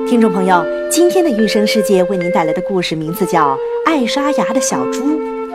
听众朋友，今天的育生世界为您带来的故事名字叫《爱刷牙的小猪》。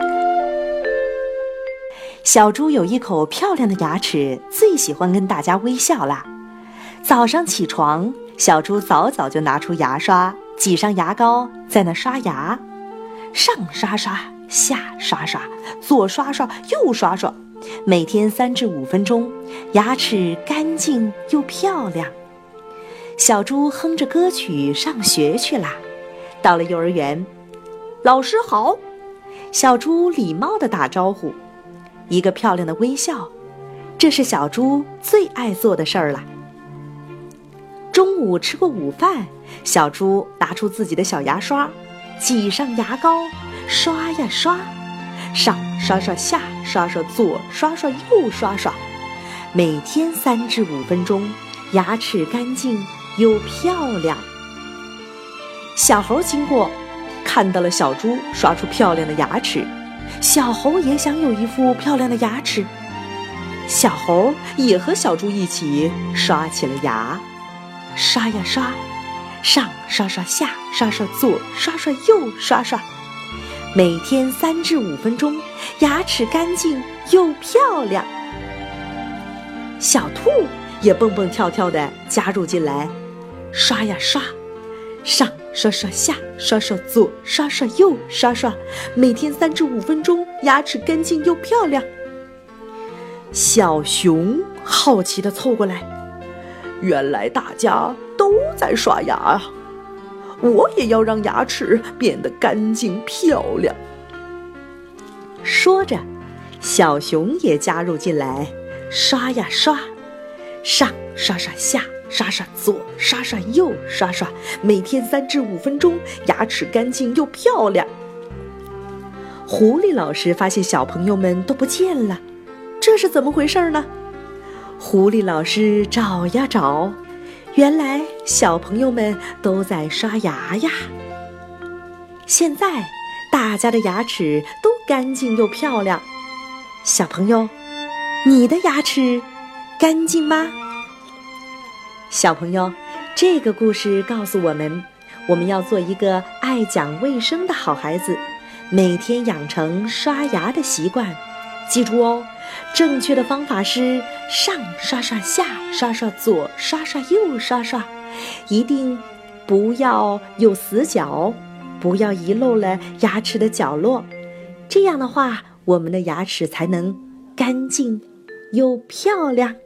小猪有一口漂亮的牙齿，最喜欢跟大家微笑啦。早上起床，小猪早早就拿出牙刷，挤上牙膏，在那刷牙，上刷刷，下刷刷，左刷刷，右刷刷，每天3至5分钟，牙齿干净又漂亮。小猪哼着歌曲上学去啦。到了幼儿园，老师好，小猪礼貌地打招呼，一个漂亮的微笑，这是小猪最爱做的事儿了。中午吃过午饭，小猪拿出自己的小牙刷，挤上牙膏，刷呀刷，上刷刷，下刷刷，左刷刷，右刷刷，每天3至5分钟，牙齿干净又漂亮。小猴经过，看到了小猪刷出漂亮的牙齿，小猴也想有一副漂亮的牙齿。小猴也和小猪一起刷起了牙，刷呀刷，上刷刷，下刷刷，左刷刷，右刷刷，每天3至5分钟，牙齿干净又漂亮。小兔也蹦蹦跳跳地加入进来，刷呀刷，上刷刷，下刷刷，左刷刷，右刷刷，每天3至5分钟，牙齿干净又漂亮。小熊好奇地凑过来，原来大家都在刷牙啊，我也要让牙齿变得干净漂亮。说着，小熊也加入进来，刷呀刷，上刷刷，下刷刷，左刷刷，右刷刷，每天3至5分钟，牙齿干净又漂亮。狐狸老师发现小朋友们都不见了，这是怎么回事呢？狐狸老师找呀找，原来小朋友们都在刷牙呀。现在大家的牙齿都干净又漂亮。小朋友，你的牙齿干净吗？小朋友，这个故事告诉我们，我们要做一个爱讲卫生的好孩子，每天养成刷牙的习惯。记住哦，正确的方法是上刷刷，下刷刷，左刷刷，右刷刷，一定不要有死角，不要遗漏了牙齿的角落，这样的话，我们的牙齿才能干净又漂亮。